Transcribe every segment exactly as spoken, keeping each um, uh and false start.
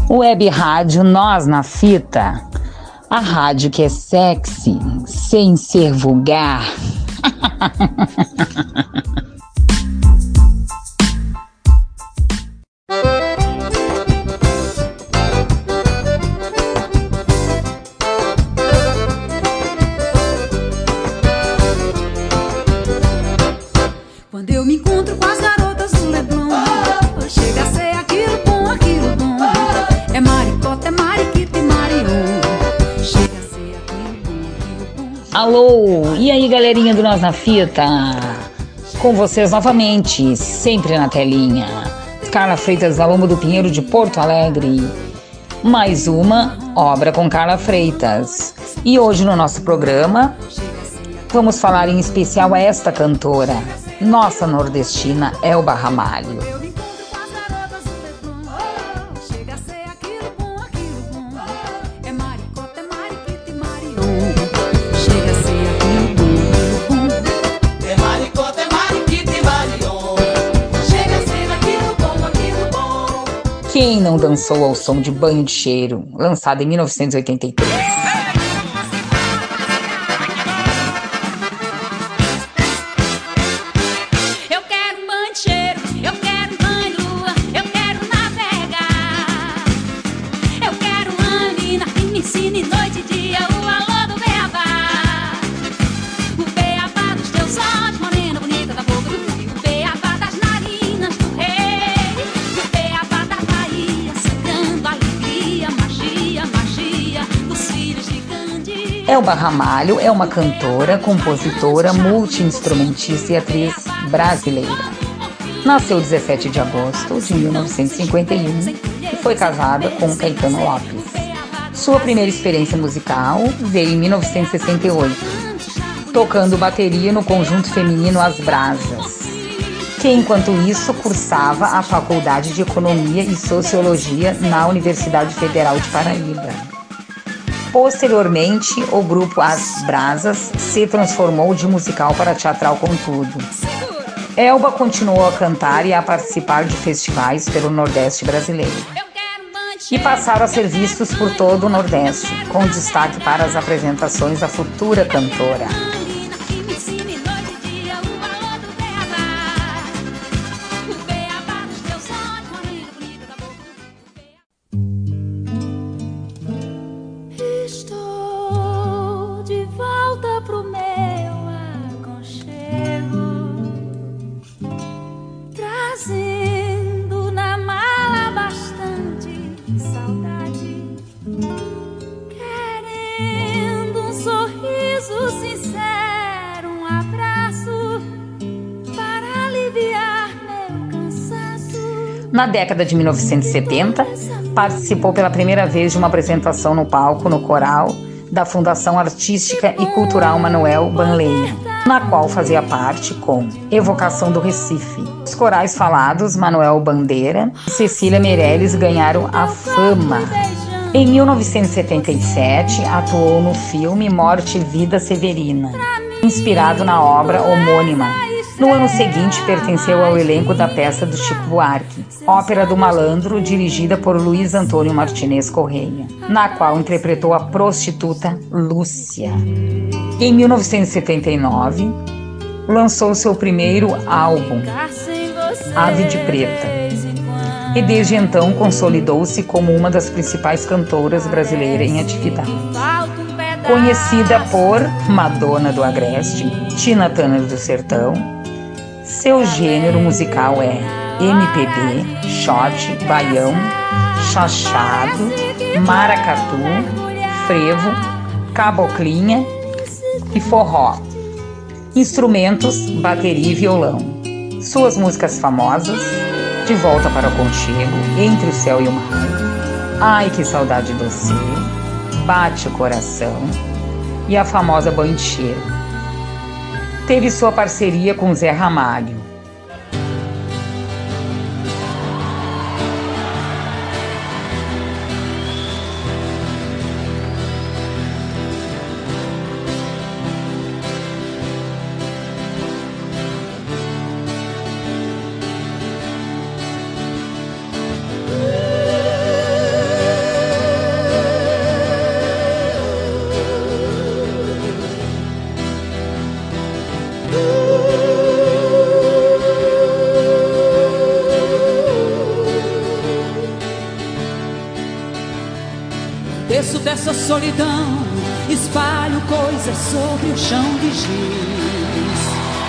Web Rádio Nós na Fita, a rádio que é sexy, sem ser vulgar. Quando eu me encontro com as garotas do Leblon, oh, chega a ser aquilo bom, aquilo bom. É maricota, é mariquita e marion. Chega a ser aquilo bom, aquilo bom. Alô, e aí galerinha do Nós na Fita? Com vocês novamente, sempre na telinha. Carla Freitas da Lomba do Pinheiro de Porto Alegre. Mais uma obra com Carla Freitas. E hoje no nosso programa vamos falar em especial a esta cantora, nossa nordestina Elba Ramalho. Quem não dançou ao som de Banho de Cheiro, lançado em mil novecentos e oitenta e três? Elba Ramalho é uma cantora, compositora, multi-instrumentista e atriz brasileira. Nasceu dezessete de agosto de mil novecentos e cinquenta e um e foi casada com Caetano Lopes. Sua primeira experiência musical veio em mil novecentos e sessenta e oito, tocando bateria no conjunto feminino As Brasas, que enquanto isso cursava a Faculdade de Economia e Sociologia na Universidade Federal de Paraíba. Posteriormente, o grupo As Brasas se transformou de musical para teatral com tudo. Elba continuou a cantar e a participar de festivais pelo Nordeste brasileiro. E passaram a ser vistos por todo o Nordeste, com destaque para as apresentações da futura cantora. Na década de mil novecentos e setenta, participou pela primeira vez de uma apresentação no palco no coral da Fundação Artística e Cultural Manuel Banleia, na qual fazia parte com Evocação do Recife. Os corais falados Manuel Bandeira e Cecília Meirelles ganharam a fama. Em mil novecentos e setenta e sete, atuou no filme Morte e Vida Severina, inspirado na obra homônima. No ano seguinte, pertenceu ao elenco da peça do Chico Buarque, Ópera do Malandro, dirigida por Luiz Antônio Martinez Correia, na qual interpretou a prostituta Lúcia. Em mil novecentos e setenta e nove, lançou seu primeiro álbum, Ave de Preta, e desde então consolidou-se como uma das principais cantoras brasileiras em atividade. Conhecida por Madonna do Agreste, Tina Turner do Sertão, seu gênero musical é M P B, shot, baião, chachado, maracatu, frevo, caboclinha e forró. Instrumentos, bateria e violão. Suas músicas famosas: De Volta para o Conchego, Entre o Céu e o Mar, Ai Que Saudade Doce, Bate o Coração e a famosa Banho de Cheiro. Teve sua parceria com Zé Ramalho. solidão, espalho coisas sobre o chão de giz.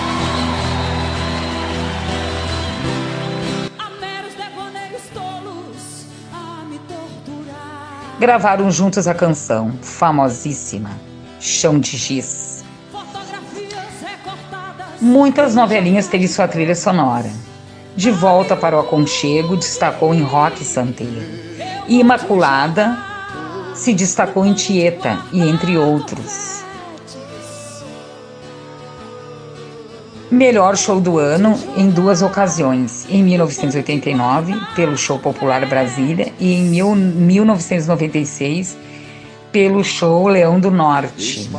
Há meros devaneios tolos a me torturar. Gravaram juntos a canção famosíssima Chão de Giz. Muitas novelinhas teve sua trilha sonora. De Volta para o Aconchego destacou em Rock Santeiro. E Imaculada se destacou em Tieta, e entre outros. Melhor show do ano em duas ocasiões, em mil novecentos e oitenta e nove, pelo Show Popular Brasília, e em mil novecentos e noventa e seis, pelo Show Leão do Norte.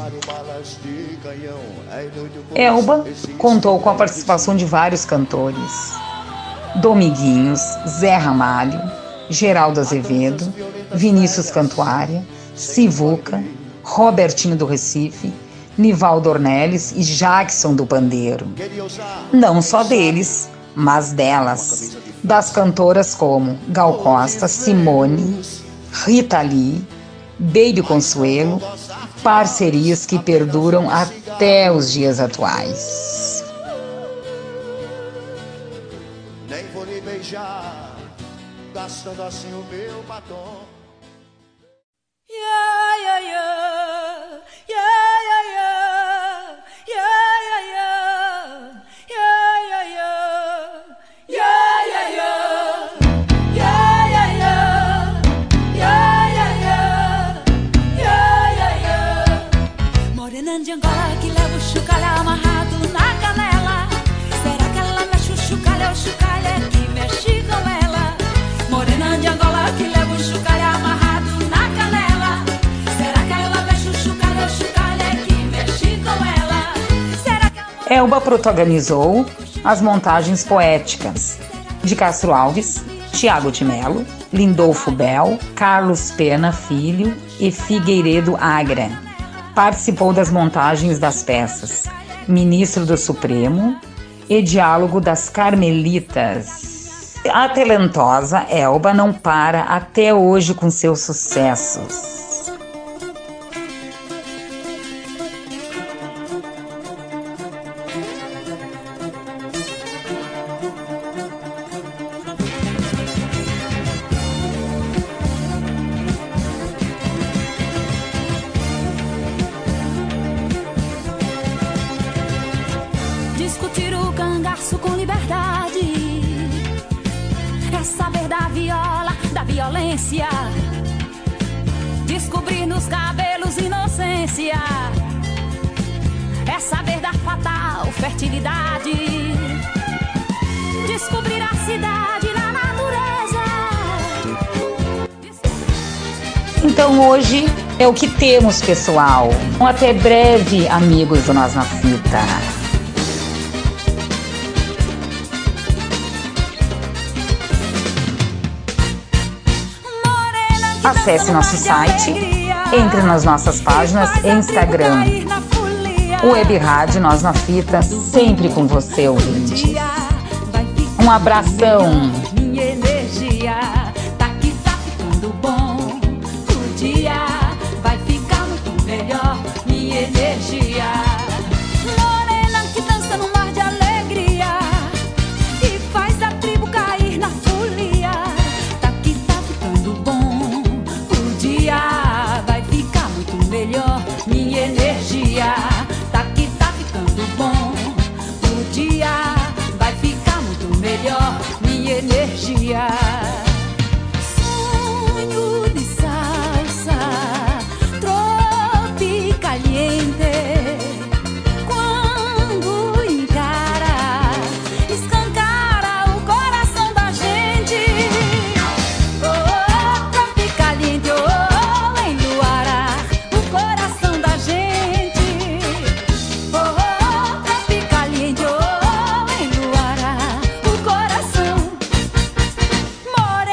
Elba contou com a participação de vários cantores: Dominguinhos, Zé Ramalho, Geraldo Azevedo, Vinícius Cantuária, Sivuca, Robertinho do Recife, Nivaldo Ornelis e Jackson do Pandeiro. Não só deles, mas delas, das cantoras como Gal Costa, Simone, Rita Lee, Baby Consuelo, parcerias que perduram até os dias atuais. Nem vou lhe beijar, gastando assim o meu batom. Yeah, yeah, yeah, yeah, yeah, yeah, yeah, yeah, yeah, yeah, yeah, yeah, yeah. Morena de Angola que leva o chucalha amarrado na canela. Será que ela mexe o chucalha, o chucalha é que mexe com ela? Morena de Angola que leva o chucalha amarrado na canela. Será que ela mexe o chucalha, o chucalha é que mexe com ela? Será que ela... Elba protagonizou as montagens poéticas de Castro Alves, Tiago de Melo, Lindolfo Bel, Carlos Pena Filho e Figueiredo Agra. Participou das montagens das peças Ministro do Supremo e Diálogo das Carmelitas. A talentosa Elba não para até hoje com seus sucessos. Discutir o cangaço com liberdade é saber da viola, da violência. Descobrir nos cabelos inocência é saber da fatal fertilidade. Descobrir a cidade na natureza. Então hoje é o que temos, pessoal. Até breve, amigos do Nós na Fita. Acesse nosso site, entre nas nossas páginas Instagram, Web Rádio Nós na Fita, sempre com você, ouvinte. Um abração. Minha energia tá que tá ficando bom. O dia vai ficar muito melhor. Minha energia. Morena que dança no mar de alegria e faz a tribo cair na folia. Tá que tá ficando bom. O dia vai ficar muito melhor. Minha energia tá que tá ficando bom. O dia vai ficar muito melhor. Minha energia. Sonho de salsa tropicaliente. Quando encara, escancara o coração da gente. Oh, tropicaliente, oh, enluarar o coração da gente. Oh, tropicaliente, oh, enluarar o coração. Morena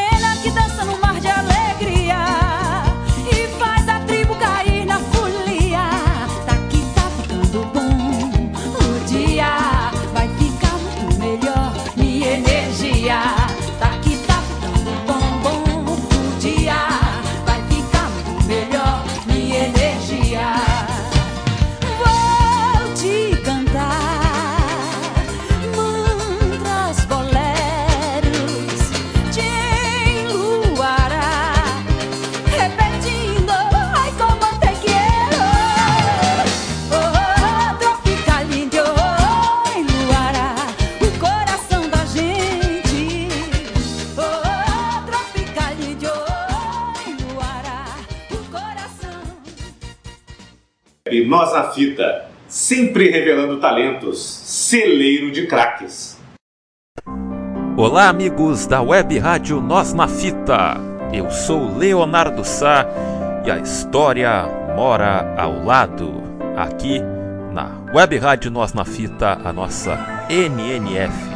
Nós na Fita, sempre revelando talentos, celeiro de craques. Olá, amigos da Web Rádio Nós na Fita. Eu sou Leonardo Sá e a história mora ao lado. Aqui na Web Rádio Nós na Fita, a nossa N N F.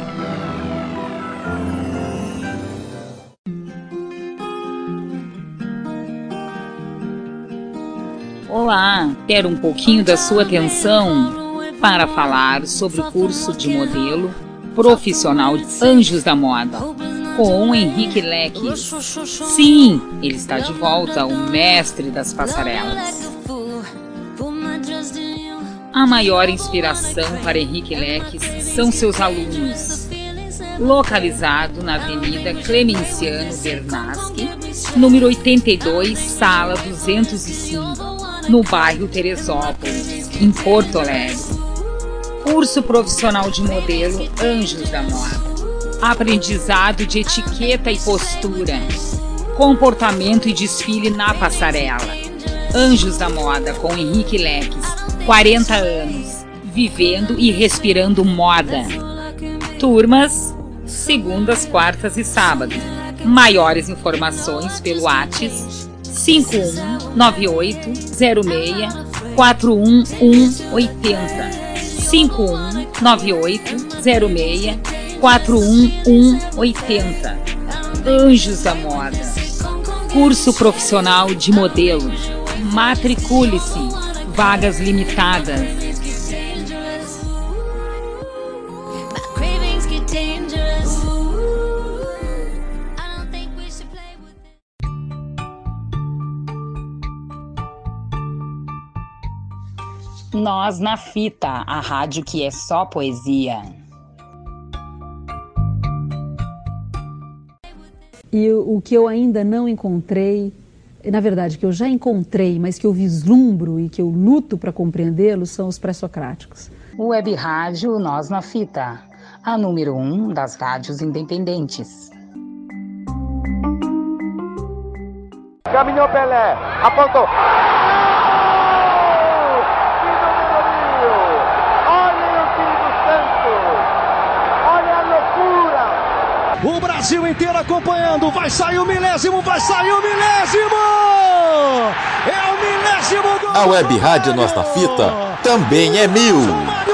Olá, quero um pouquinho da sua atenção para falar sobre o curso de modelo profissional de Anjos da Moda com Henrique Leques. Sim, ele está de volta, o mestre das passarelas. A maior inspiração para Henrique Leques são seus alunos. Localizado na Avenida Clemenciano Bernaschi, número oitenta e dois, sala duzentos e cinco, no bairro Teresópolis, em Porto Alegre. Curso profissional de modelo Anjos da Moda. Aprendizado de etiqueta e postura. Comportamento e desfile na passarela. Anjos da Moda com Henrique Leques, quarenta anos, vivendo e respirando moda. Turmas, segundas, quartas e sábados. Maiores informações pelo WhatsApp cinco um nove oito zero seis quatro um um oito zero. cinco um nove oito zero seis quatro um um oito zero. Anjos da Moda. Curso profissional de modelo. Matricule-se. Vagas limitadas. Nós na Fita, a rádio que é só poesia. E o que eu ainda não encontrei, na verdade, que eu já encontrei, mas que eu vislumbro e que eu luto para compreendê-los, são os pré-socráticos. Web Rádio Nós na Fita, a número um das rádios independentes. Caminhou Pelé, apontou. O Brasil inteiro acompanhando, vai sair o milésimo, vai sair o milésimo! É o milésimo gol! A Web Rádio Nós na Fita também é mil!